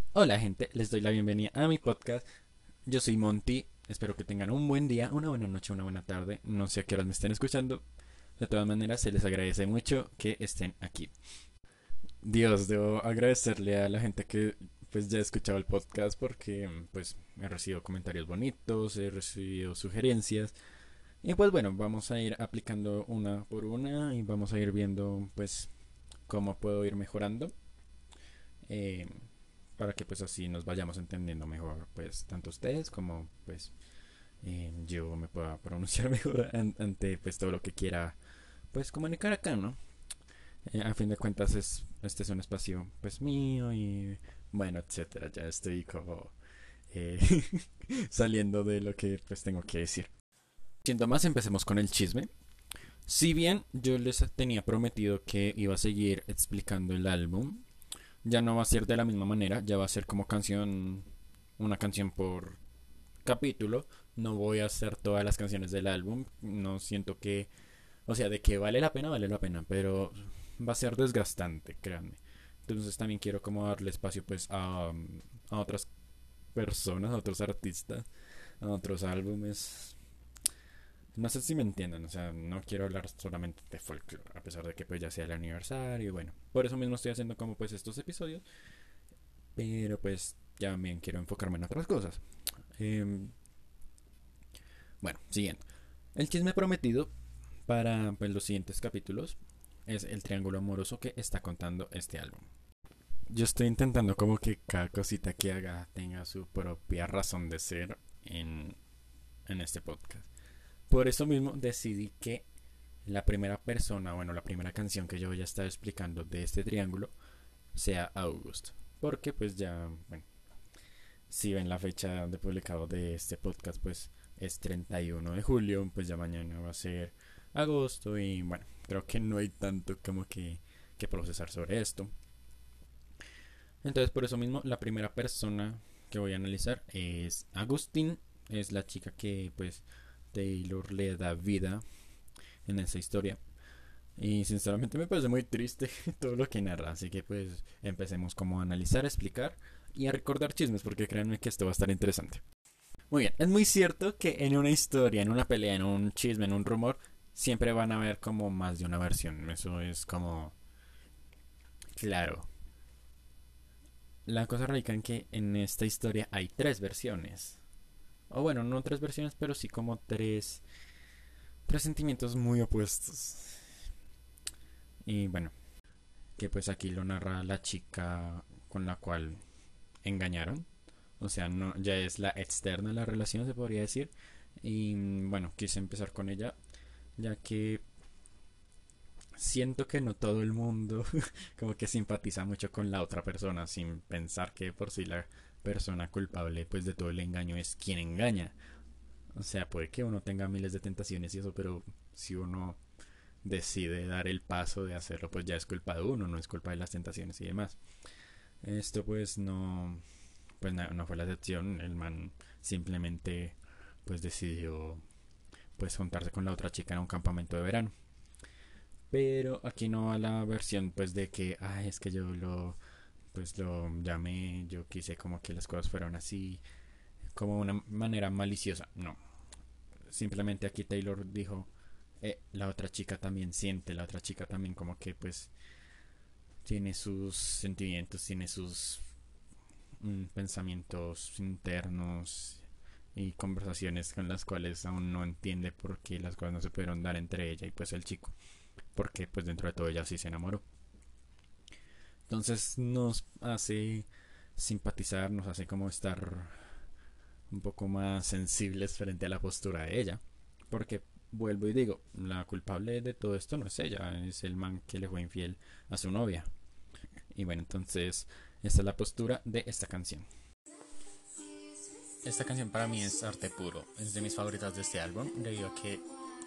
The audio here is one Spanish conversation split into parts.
Hola gente, les doy la bienvenida a mi podcast. Yo soy Monty, espero que tengan un buen día, una buena noche, una buena tarde. No sé a qué horas me estén escuchando. De todas maneras, se les agradece mucho que estén aquí. Dios, debo agradecerle a la gente que pues ya ha escuchado el podcast porque pues he recibido comentarios bonitos, he recibido sugerencias y pues bueno, vamos a ir aplicando una por una y vamos a ir viendo pues cómo puedo ir mejorando. eh, para que pues así nos vayamos entendiendo mejor, pues tanto ustedes como pues yo me pueda pronunciar mejor ante pues todo lo que quiera pues comunicar acá, ¿no? A fin de cuentas este es un espacio pues mío y bueno, etcétera, ya estoy como eh, saliendo de lo que pues tengo que decir. Siendo más, empecemos con el chisme. Si bien yo les tenía prometido que iba a seguir explicando el álbum, ya no va a ser de la misma manera, ya va a ser como una canción por capítulo. No voy a hacer todas las canciones del álbum, no siento que, o sea, de que vale la pena, pero va a ser desgastante, créanme. Entonces también quiero como darle espacio pues a otras personas, a otros artistas, a otros álbumes. No sé si me entiendan, o sea, no quiero hablar solamente de folklore, a pesar de que pues ya sea el aniversario, y bueno, por eso mismo estoy haciendo como pues estos episodios, pero pues ya también quiero enfocarme en otras cosas. Eh, bueno, siguiendo. El chisme prometido para pues, los siguientes capítulos es el triángulo amoroso que está contando este álbum. Yo estoy intentando como que cada cosita que haga tenga su propia razón de ser en este podcast. Por eso mismo decidí que la primera persona, bueno, la primera canción que yo voy a estar explicando de este triángulo sea August. Porque pues ya, bueno, si ven la fecha de publicado de este podcast, pues es 31 de julio, pues ya mañana va a ser agosto y bueno, creo que no hay tanto como que procesar sobre esto. Entonces por eso mismo la primera persona que voy a analizar es Agustín, es la chica que pues Taylor le da vida en esa historia. Y sinceramente me parece muy triste todo lo que narra, así que pues empecemos como a analizar, a explicar y a recordar chismes porque créanme que esto va a estar interesante. Muy bien, es muy cierto que en una historia, en una pelea, en un chisme, en un rumor, siempre van a haber como más de una versión. Eso es como claro. La cosa radica en que en esta historia hay tres versiones. O bueno, no tres versiones, pero sí como tres sentimientos muy opuestos. Y bueno, que pues aquí lo narra la chica con la cual engañaron. O sea, no, ya es la externa de la relación, se podría decir. Y bueno, quise empezar con ella, ya que siento que no todo el mundo como que simpatiza mucho con la otra persona, sin pensar que por sí la persona culpable pues de todo el engaño es quien engaña. O sea, puede que uno tenga miles de tentaciones y eso, pero si uno decide dar el paso de hacerlo, pues ya es culpa de uno, no es culpa de las tentaciones y demás. Esto pues no fue la excepción. El man simplemente pues decidió pues juntarse con la otra chica en un campamento de verano. Pero aquí no va la versión pues de que, ay, es que yo lo llamé, yo quise como que las cosas fueran así, como una manera maliciosa. No, simplemente aquí Taylor dijo, la otra chica también siente, la otra chica también como que pues tiene sus sentimientos, tiene sus pensamientos internos y conversaciones con las cuales aún no entiende por qué las cosas no se pudieron dar entre ella y pues el chico, porque pues dentro de todo ella sí se enamoró. Entonces nos hace simpatizar, nos hace como estar un poco más sensibles frente a la postura de ella, porque vuelvo y digo, la culpable de todo esto no es ella, es el man que le fue infiel a su novia. Y bueno, entonces esta es la postura de esta canción. Esta canción para mí es arte puro, es de mis favoritas de este álbum, debido a que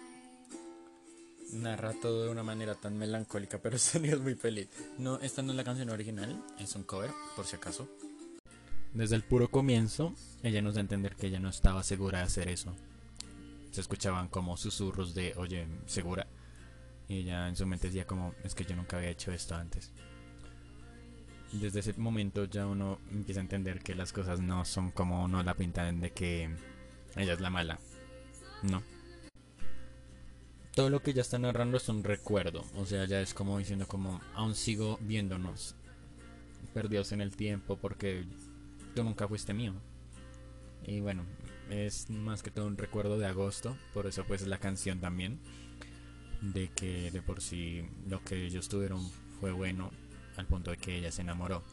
narra todo de una manera tan melancólica, pero el sonido es muy feliz. No, esta no es la canción original, es un cover, por si acaso. Desde el puro comienzo, ella nos da a entender que ella no estaba segura de hacer eso. Se escuchaban como susurros de, oye, ¿segura? Y ella en su mente decía como, es que yo nunca había hecho esto antes. desde ese momento ya uno empieza a entender que las cosas no son como uno la pintan, de que ella es la mala, no. Todo lo que ella está narrando es un recuerdo, o sea, ya es como diciendo como aún sigo viéndonos perdidos en el tiempo porque tú nunca fuiste mío. Y bueno, es más que todo un recuerdo de agosto, por eso pues la canción también, de que de por sí lo que ellos tuvieron fue bueno al punto de que ella se enamoró.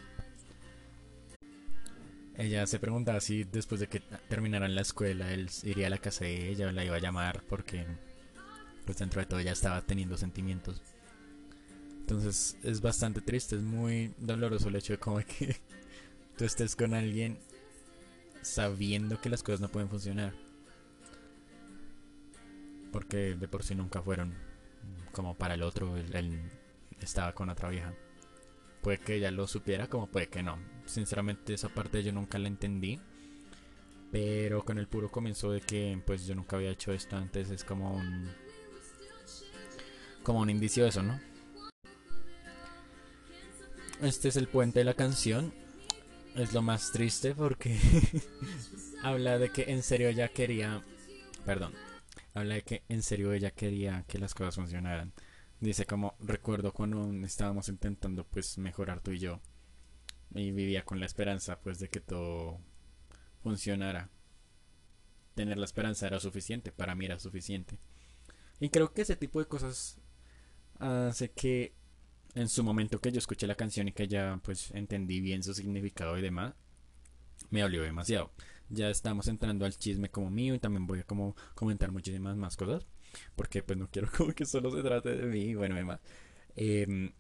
Ella se preguntaba si después de que terminaran la escuela él iría a la casa de ella o la iba a llamar porque pues dentro de todo ya estaba teniendo sentimientos. Entonces es bastante triste, es muy doloroso el hecho de como que tú estés con alguien sabiendo que las cosas no pueden funcionar. Porque de por sí nunca fueron como para el otro, él estaba con otra vieja. Puede que ella lo supiera como puede que no. Sinceramente esa parte yo nunca la entendí. Pero con el puro comienzo de que pues yo nunca había hecho esto antes es como un indicio de eso, ¿no? Este es el puente de la canción. Es lo más triste porque habla de que en serio ella quería, perdón, habla de que en serio ella quería que las cosas funcionaran. Dice como recuerdo cuando estábamos intentando pues mejorar tú y yo y vivía con la esperanza pues de que todo funcionara. Tener la esperanza era suficiente, para mí era suficiente. Y creo que ese tipo de cosas hace que en su momento que yo escuché la canción y que ya pues entendí bien su significado y demás, me dolió demasiado. Ya estamos entrando al chisme como mío y también voy a como comentar muchísimas más cosas porque pues no quiero como que solo se trate de mí y bueno demás. Eh,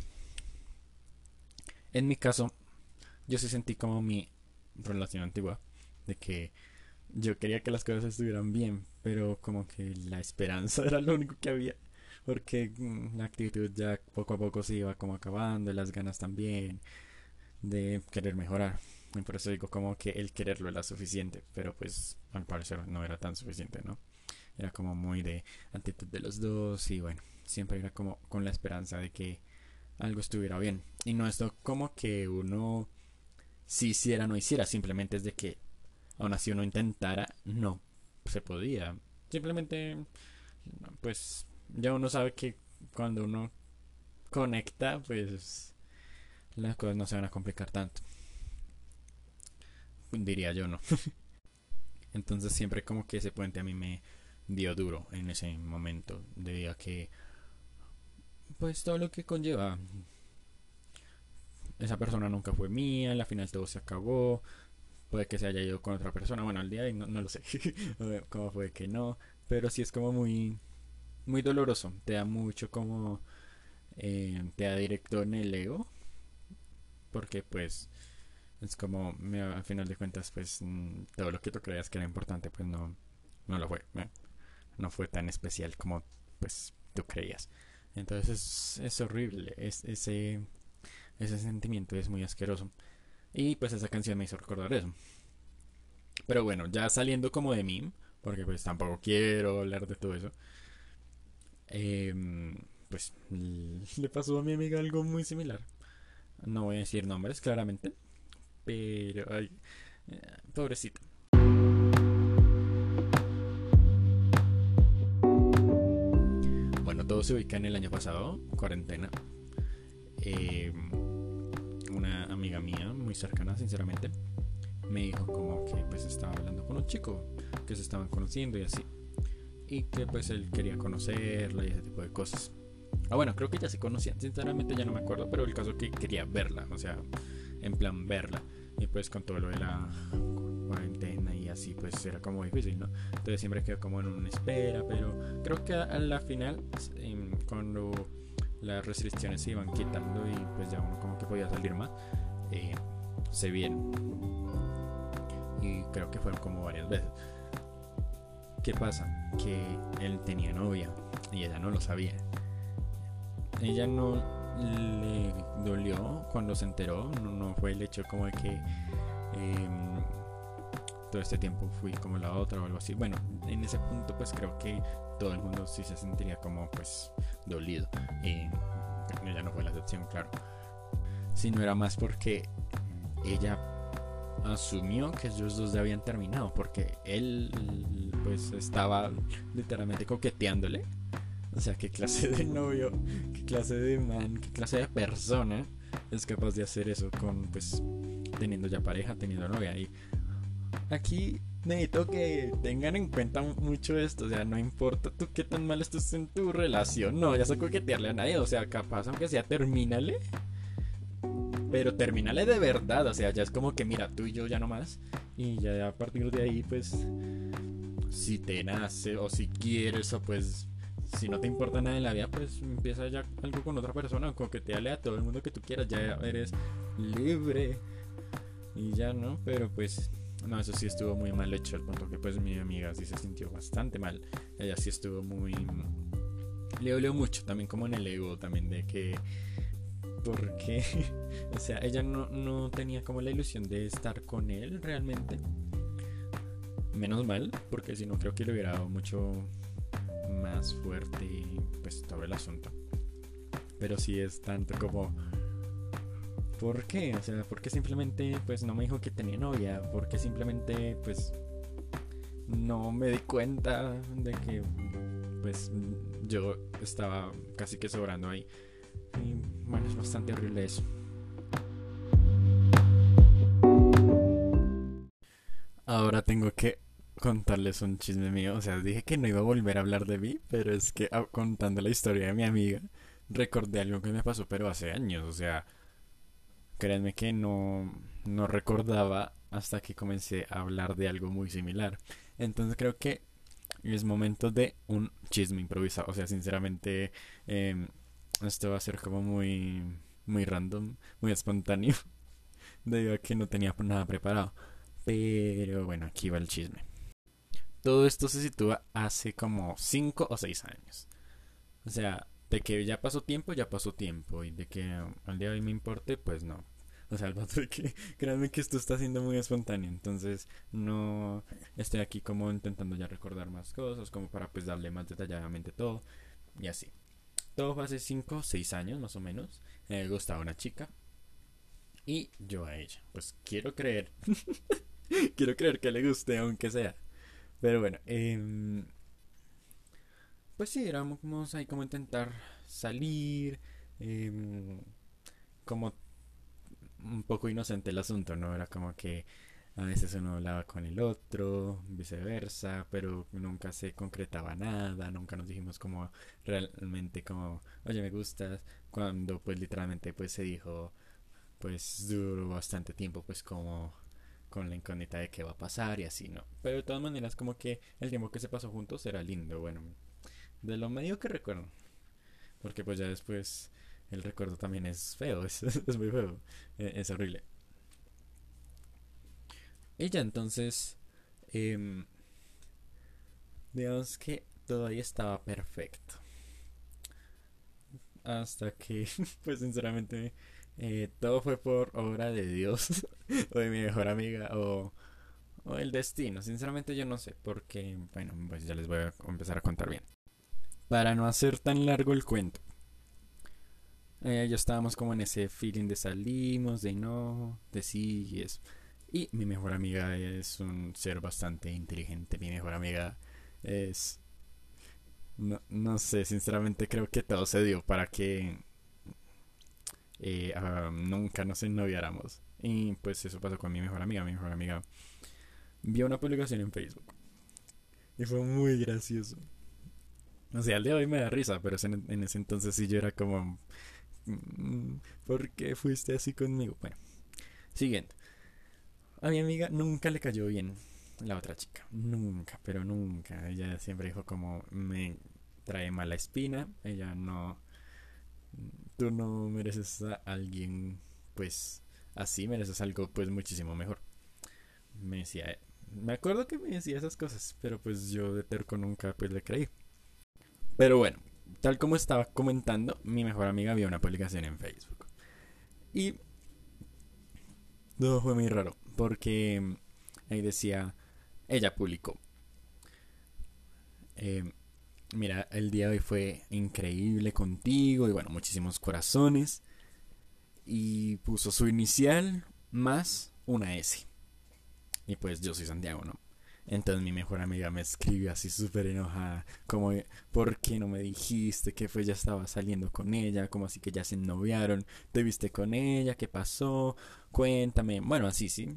en mi caso yo sí sentí como mi relación antigua de que yo quería que las cosas estuvieran bien, pero como que la esperanza era lo único que había. Porque la actitud ya poco a poco se iba como acabando, las ganas también de querer mejorar. Y por eso digo como que el quererlo era suficiente, pero pues al parecer no era tan suficiente, ¿no? Era como muy de actitud de los dos y bueno, siempre era como con la esperanza de que algo estuviera bien. Y no esto como que uno si hiciera o no hiciera, simplemente es de que aún así uno intentara, no se podía. Simplemente pues ya uno sabe que cuando uno conecta, pues las cosas no se van a complicar tanto, diría yo, ¿no? Entonces siempre como que ese puente a mí me dio duro en ese momento, debido a que pues todo lo que conlleva, esa persona nunca fue mía, al final todo se acabó, puede que se haya ido con otra persona, bueno, al día de hoy no lo sé, cómo fue que no, pero sí es como muy doloroso, te da mucho como, te da directo en el ego, porque pues es como, al final de cuentas, pues todo lo que tú creías que era importante, pues no lo fue. No fue tan especial como pues tú creías. Entonces es horrible. Ese sentimiento es muy asqueroso. Y pues esa canción me hizo recordar eso. Pero bueno, ya saliendo como de mí, porque pues tampoco quiero hablar de todo eso. Pues le pasó a mi amiga algo muy similar. No voy a decir nombres, claramente. Pero, ay, pobrecito. Bueno, todo se ubica en el año pasado, cuarentena. Eh, una amiga mía, muy cercana, sinceramente, me dijo como que pues estaba hablando con un chico, que se estaban conociendo y así. Y que pues él quería conocerla y ese tipo de cosas. Bueno, creo que ya se conocían, sinceramente ya no me acuerdo, pero el caso es que quería verla, o sea, en plan verla. Y pues con todo lo de la cuarentena y así pues era como difícil, ¿no? Entonces siempre quedó como en una espera, pero creo que a la final cuando las restricciones se iban quitando y pues ya uno como que podía salir más, se vieron y creo que fueron como varias veces. ¿Qué pasa? Que él tenía novia y ella no lo sabía. Ella no le dolió cuando se enteró, no fue el hecho como de que todo este tiempo fui como la otra o algo así. Bueno, en ese punto pues creo que todo el mundo sí se sentiría como pues dolido. Ella no fue la excepción, claro. sino era más porque ella asumió que ellos dos ya habían terminado, porque él pues estaba literalmente coqueteándole. O sea, qué clase de novio, qué clase de man, qué clase de persona es capaz de hacer eso con, pues, teniendo ya pareja, teniendo novia. Y aquí necesito que tengan en cuenta mucho esto. O sea, no importa tú qué tan mal estés en tu relación, no vayas a coquetearle a nadie. O sea, capaz, aunque sea, termínale, pero termínale de verdad. O sea, ya es como que, mira, tú y yo ya no más. Y ya a partir de ahí, pues, si te nace o si quieres o pues si no te importa nada en la vida, pues empieza ya algo con otra persona, coqueteale a todo el mundo que tú quieras, ya eres libre y ya no, pero pues no, eso sí estuvo muy mal hecho, al punto que pues mi amiga sí se sintió bastante mal, ella sí estuvo muy, le dolió mucho también como en el ego también de que porque o sea, ella no tenía como la ilusión de estar con él realmente. Menos mal, porque si no creo que le hubiera dado mucho más fuerte y pues todo el asunto. Pero sí es tanto como ¿por qué? O sea, ¿por qué simplemente pues no me dijo que tenía novia? ¿Por qué simplemente pues no me di cuenta de que pues yo estaba casi que sobrando ahí? Y bueno, es bastante horrible eso. Ahora tengo que contarles un chisme mío. O sea, dije que no iba a volver a hablar de mí, pero es que contando la historia de mi amiga, recordé algo que me pasó, pero hace años. O sea, créanme que no recordaba hasta que comencé a hablar de algo muy similar. Entonces creo que es momento de un chisme improvisado. O sea, sinceramente, eh, esto va a ser como muy random, muy espontáneo, debido a que no tenía nada preparado. Pero bueno, aquí va el chisme. Todo esto se sitúa hace como 5 o 6 años. O sea, de que ya pasó tiempo, ya pasó tiempo. Y de que al día de hoy me importe, pues no. O sea, el punto de que créanme que esto está siendo muy espontáneo. Entonces no estoy aquí como intentando ya recordar más cosas, como para pues darle más detalladamente todo. Y así. Todo fue hace 5 o 6 años más o menos. Me gustaba una chica. Y yo a ella. Pues quiero creer. Quiero creer que le guste, aunque sea. Pero bueno, pues sí, éramos como ahí como intentar salir, como un poco inocente el asunto, ¿no? Era como que a veces uno hablaba con el otro, viceversa, pero nunca se concretaba nada, nunca nos dijimos como realmente como, oye, me gustas, cuando pues literalmente pues se dijo, pues duró bastante tiempo pues como con la incógnita de qué va a pasar y así, ¿no? Pero de todas maneras como que el tiempo que se pasó juntos era lindo, bueno, de lo medio que recuerdo. Porque pues ya después el recuerdo también es feo, es muy feo, es horrible. Y ya entonces, eh, digamos que todo ahí estaba perfecto. Hasta que, pues sinceramente, todo fue por obra de Dios, o de mi mejor amiga, o el destino. Sinceramente yo no sé, porque, bueno, pues ya les voy a empezar a contar bien. Para no hacer tan largo el cuento. Ya estábamos como en ese feeling de salimos, de no, de sí y eso. Y mi mejor amiga es un ser bastante inteligente. Mi mejor amiga es... No sé, sinceramente creo que todo se dio para que nunca nos ennoviáramos. Y pues eso pasó con mi mejor amiga. Mi mejor amiga vio una publicación en Facebook. Y fue muy gracioso. O sea, al día de hoy me da risa, pero en ese entonces sí yo era como... ¿Por qué fuiste así conmigo? Bueno, siguiente. A mi amiga nunca le cayó bien la otra chica. Nunca, pero nunca. Ella siempre dijo como me trae mala espina. Ella no... Tú no mereces a alguien pues así, mereces algo pues muchísimo mejor. Me decía... Me acuerdo que me decía esas cosas, pero pues yo de terco nunca pues le creí. Pero bueno, tal como estaba comentando, mi mejor amiga vio una publicación en Facebook. Y todo fue muy raro, porque ahí decía, ella publicó, eh, mira, el día de hoy fue increíble contigo y bueno, muchísimos corazones. y puso su inicial más una S. Y pues yo soy Santiago, ¿no? Entonces mi mejor amiga me escribió así súper enojada, como, ¿por qué no me dijiste que pues ya estaba saliendo con ella? Como así que ya se noviaron, ¿te viste con ella? ¿Qué pasó? Cuéntame. Bueno, así sí.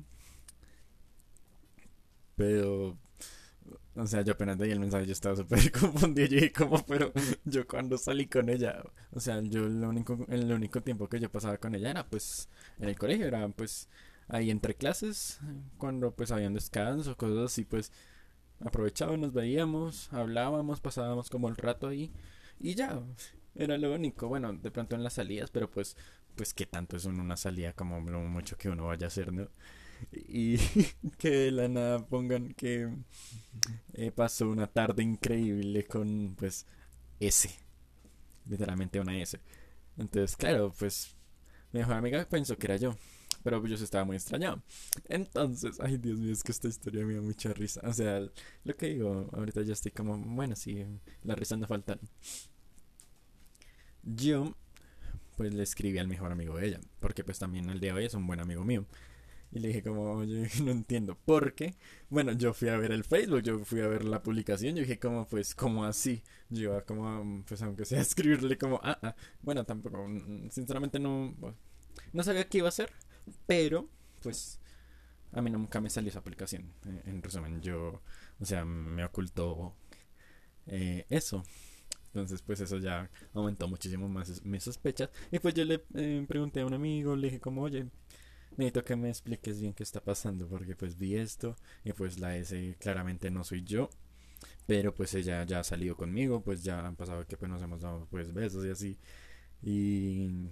Pero, o sea, yo apenas leí el mensaje, yo estaba súper confundido. Yo dije, ¿cómo? Pero yo cuando salí con ella, o sea, yo el único tiempo que yo pasaba con ella era pues en el colegio, era pues ahí entre clases, cuando pues habían descanso, cosas así, pues aprovechábamos, nos veíamos, hablábamos, pasábamos como el rato ahí y ya, era lo único. Bueno, de pronto en las salidas, pero pues qué tanto es una salida como lo mucho que uno vaya a hacer, ¿no? Y que de la nada pongan que pasó una tarde increíble con pues S, literalmente una S. Entonces, claro, pues mi mejor amiga pensó que era yo, pero yo sí estaba muy extrañado. Entonces, ay Dios mío, es que esta historia me da mucha risa. O sea, lo que digo, ahorita ya estoy como, bueno, sí, la risa no faltan. Yo, pues le escribí al mejor amigo de ella, porque pues también el de hoy es un buen amigo mío. Y le dije como, oye, no entiendo por qué. Bueno, yo fui a ver el Facebook, yo fui a ver la publicación, yo dije como, pues, como así. Yo iba como, pues, aunque sea escribirle como, bueno, tampoco, sinceramente no, bueno, no sabía qué iba a hacer, pero, pues, a mí nunca me salió esa aplicación. En resumen, yo, o sea, me ocultó eso. Entonces, pues eso ya aumentó muchísimo más mis sospechas. Y pues yo le pregunté a un amigo, le dije como, oye, necesito que me expliques bien qué está pasando, porque pues vi esto y pues la S claramente no soy yo, pero pues ella ya ha salido conmigo, pues ya han pasado que pues nos hemos dado pues besos y así. Y,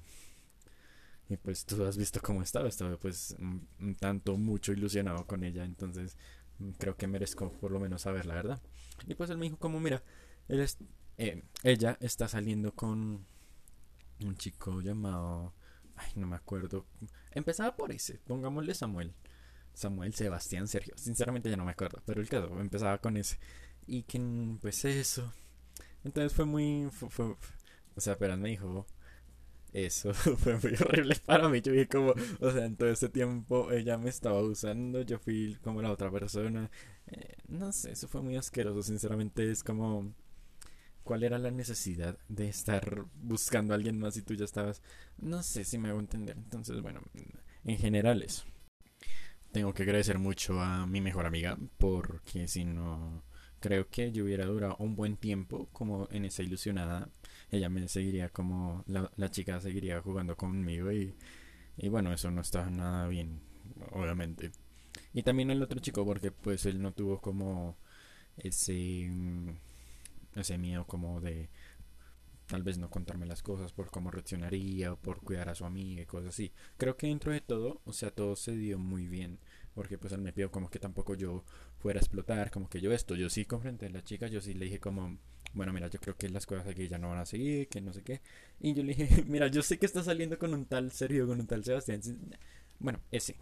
y pues tú has visto cómo estaba pues un tanto mucho ilusionado con ella, entonces creo que merezco por lo menos saber la verdad. Y pues él me dijo como, mira, él es, ella está saliendo con un chico llamado, ay, no me acuerdo, empezaba por ese, pongámosle Samuel. Samuel, Sebastián, Sergio. Sinceramente ya no me acuerdo, pero el caso empezaba con ese. Y que, pues eso. Entonces fue muy. O sea, apenas me dijo eso, fue muy horrible para mí. Yo vi como, o sea, en todo ese tiempo ella me estaba usando, yo fui como la otra persona. No sé, eso fue muy asqueroso. Sinceramente es como, ¿cuál era la necesidad de estar buscando a alguien más si tú ya estabas? No sé si me hago entender. Entonces, bueno, en general eso. Tengo que agradecer mucho a mi mejor amiga porque si no, creo que yo hubiera durado un buen tiempo como en esa ilusionada. Ella me seguiría como la chica seguiría jugando conmigo y bueno, eso no está nada bien, obviamente. Y también el otro chico porque pues él no tuvo como ese, ese miedo como de tal vez no contarme las cosas por cómo reaccionaría o por cuidar a su amiga y cosas así. Creo que dentro de todo, o sea, todo se dio muy bien, porque pues él me pidió como que tampoco yo fuera a explotar, como que yo sí confronté a la chica, yo sí le dije como, bueno, mira, yo creo que las cosas aquí ya no van a seguir, que no sé qué. Y yo le dije, mira, yo sé que está saliendo con un tal Sergio, con un tal Sebastián. Bueno, ese.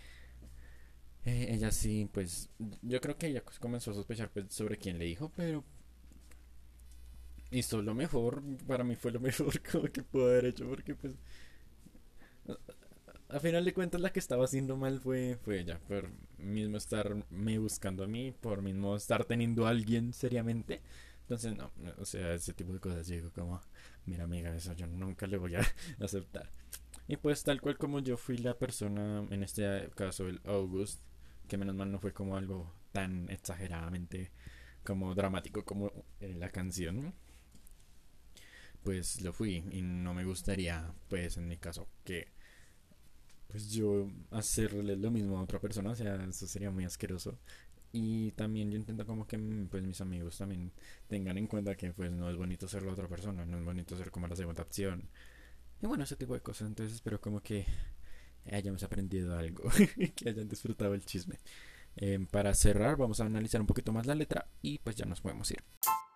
Ella sí, pues, yo creo que ella comenzó a sospechar pues, sobre quién le dijo, pero hizo lo mejor, para mí fue lo mejor como que pudo haber hecho, porque pues a final de cuentas la que estaba haciendo mal fue ella, por mismo estarme buscando a mí, por mismo estar teniendo a alguien seriamente. Entonces no, o sea, ese tipo de cosas yo digo como, mira amiga, eso yo nunca le voy a aceptar. Y pues tal cual como yo fui la persona, en este caso el August, que menos mal no fue como algo tan exageradamente como dramático como la canción, pues lo fui y no me gustaría, pues en mi caso, que pues yo hacerle lo mismo a otra persona, o sea, eso sería muy asqueroso. Y también yo intento como que pues mis amigos también tengan en cuenta que pues no es bonito ser la otra persona, no es bonito ser como la segunda opción. Y bueno, ese tipo de cosas, entonces espero como que hayamos aprendido algo, que hayan disfrutado el chisme. Para cerrar, vamos a analizar un poquito más la letra y pues ya nos podemos ir.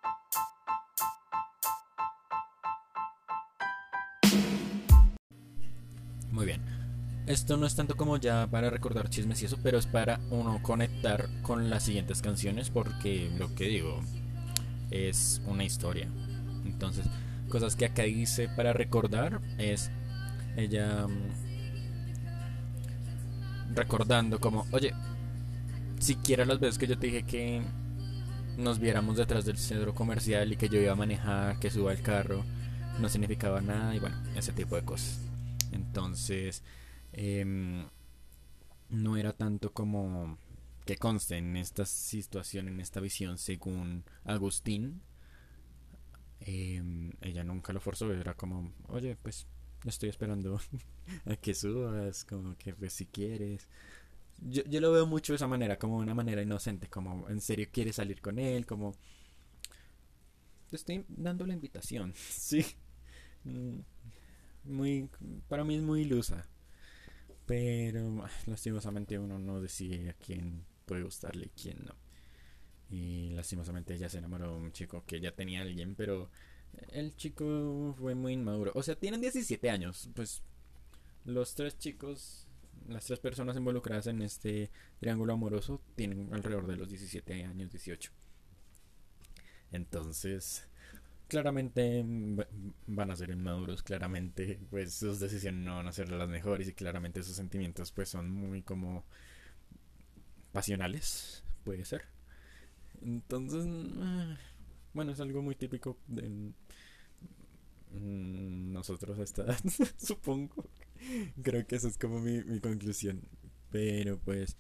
Muy bien. Esto no es tanto como ya para recordar chismes y eso, pero es para uno conectar con las siguientes canciones porque lo que digo es una historia. Entonces, cosas que acá dice para recordar es ella recordando como, oye, siquiera las veces que yo te dije que nos viéramos detrás del centro comercial y que yo iba a manejar, que suba el carro, no significaba nada y bueno, ese tipo de cosas. Entonces, em, no era tanto como que conste en esta situación, en esta visión, según Agustín, ella nunca lo forzó, era como, oye, pues estoy esperando a que subas, como que pues si quieres. Yo lo veo mucho de esa manera, como una manera inocente, como en serio quieres salir con él, como te estoy dando la invitación, sí. Mm, Muy, para mí es muy ilusa, pero lastimosamente uno no decide a quién puede gustarle y quién no. Y lastimosamente ella se enamoró de un chico que ya tenía a alguien, pero el chico fue muy inmaduro. O sea, tienen 17 años, pues los tres chicos, las tres personas involucradas en este triángulo amoroso tienen alrededor de los 17 años, 18. Entonces, claramente van a ser inmaduros, claramente pues sus decisiones no van a ser las mejores y claramente sus sentimientos pues son muy como pasionales, puede ser. Entonces, bueno, es algo muy típico de nosotros a esta edad, supongo. Creo que esa es como mi conclusión. Pero pues,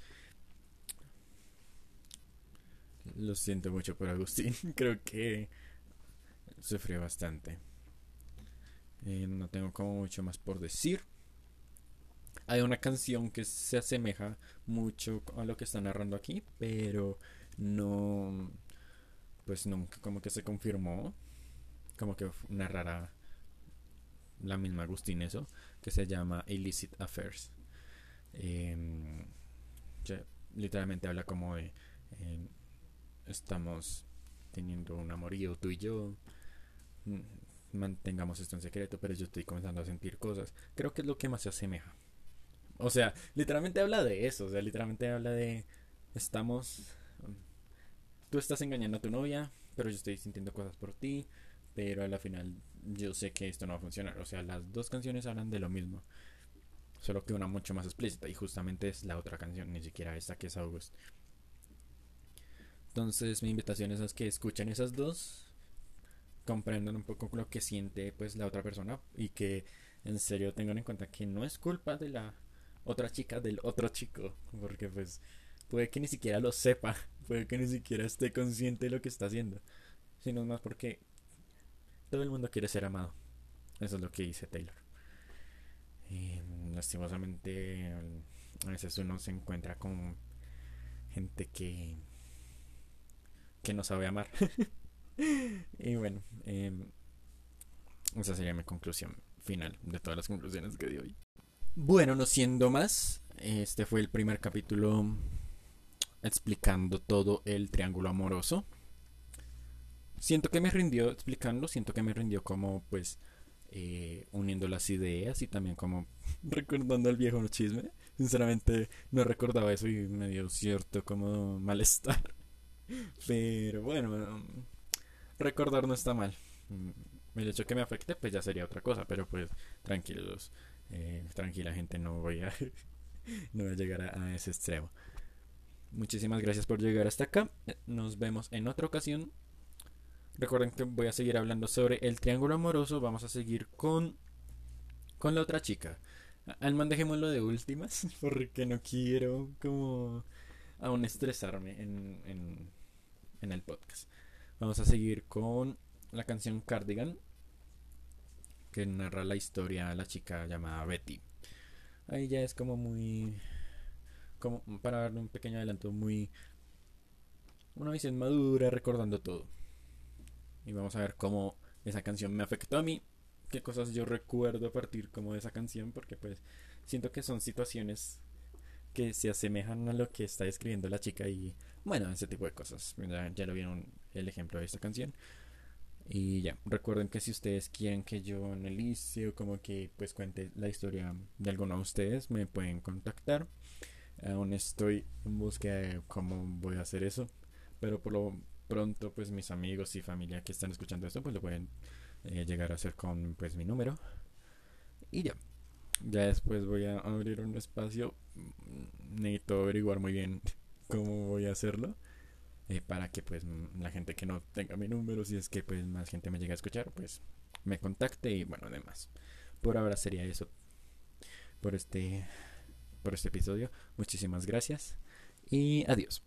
lo siento mucho por Agustín. Creo que sufrió bastante. No tengo como mucho más por decir. Hay una canción que se asemeja mucho a lo que está narrando aquí, pero no, pues nunca como que se confirmó, como que narrara la misma Agustín eso, que se llama Illicit Affairs. Eh, que literalmente habla como de eh, estamos teniendo un amorío tú y yo, mantengamos esto en secreto, pero yo estoy comenzando a sentir cosas. Creo que es lo que más se asemeja. O sea, literalmente habla de eso, o sea, literalmente habla de estamos tú estás engañando a tu novia, pero yo estoy sintiendo cosas por ti, pero a la final yo sé que esto no va a funcionar. O sea, las dos canciones hablan de lo mismo, solo que una mucho más explícita y justamente es la otra canción, ni siquiera esta que es August. Entonces mi invitación es a que escuchen esas dos, comprendan un poco lo que siente pues la otra persona y que en serio tengan en cuenta que no es culpa de la otra chica del otro chico, porque pues puede que ni siquiera lo sepa, puede que ni siquiera esté consciente de lo que está haciendo, sino más porque todo el mundo quiere ser amado. Eso es lo que dice Taylor. Y lastimosamente a veces uno se encuentra con gente que no sabe amar. Y bueno, esa sería mi conclusión final de todas las conclusiones que di hoy. Bueno, no siendo más, este fue el primer capítulo explicando todo el triángulo amoroso. Siento que me rindió explicando, siento que me rindió como pues uniendo las ideas y también como recordando el viejo chisme. Sinceramente no recordaba eso y me dio cierto como malestar. Pero bueno, recordar no está mal. El hecho que me afecte pues ya sería otra cosa, pero pues tranquilos, tranquila gente, no voy a, no voy a llegar a ese extremo. Muchísimas gracias por llegar hasta acá. Nos vemos en otra ocasión. Recuerden que voy a seguir hablando sobre el triángulo amoroso. Vamos a seguir con la otra chica. Al man dejémoslo de últimas porque no quiero como aún estresarme en el podcast. Vamos a seguir con la canción Cardigan que narra la historia de la chica llamada Betty. Ahí ya es como muy, como para darle un pequeño adelanto, muy una visión madura recordando todo. Y vamos a ver cómo esa canción me afectó a mí, qué cosas yo recuerdo a partir como de esa canción, porque pues siento que son situaciones que se asemejan a lo que está escribiendo la chica y bueno, ese tipo de cosas. Ya lo vieron el ejemplo de esta canción. Y ya, recuerden que si ustedes quieren que yo analice o como que pues cuente la historia de alguno de ustedes, me pueden contactar. Aún estoy en búsqueda de cómo voy a hacer eso, pero por lo pronto pues mis amigos y familia que están escuchando esto pues lo pueden llegar a hacer con pues mi número. Y ya, Ya después voy a abrir un espacio. Necesito averiguar muy bien cómo voy a hacerlo. Para que pues la gente que no tenga mi número, si es que pues más gente me llega a escuchar, pues me contacte y bueno, demás. Por ahora sería eso por este, por este episodio. Muchísimas gracias y adiós.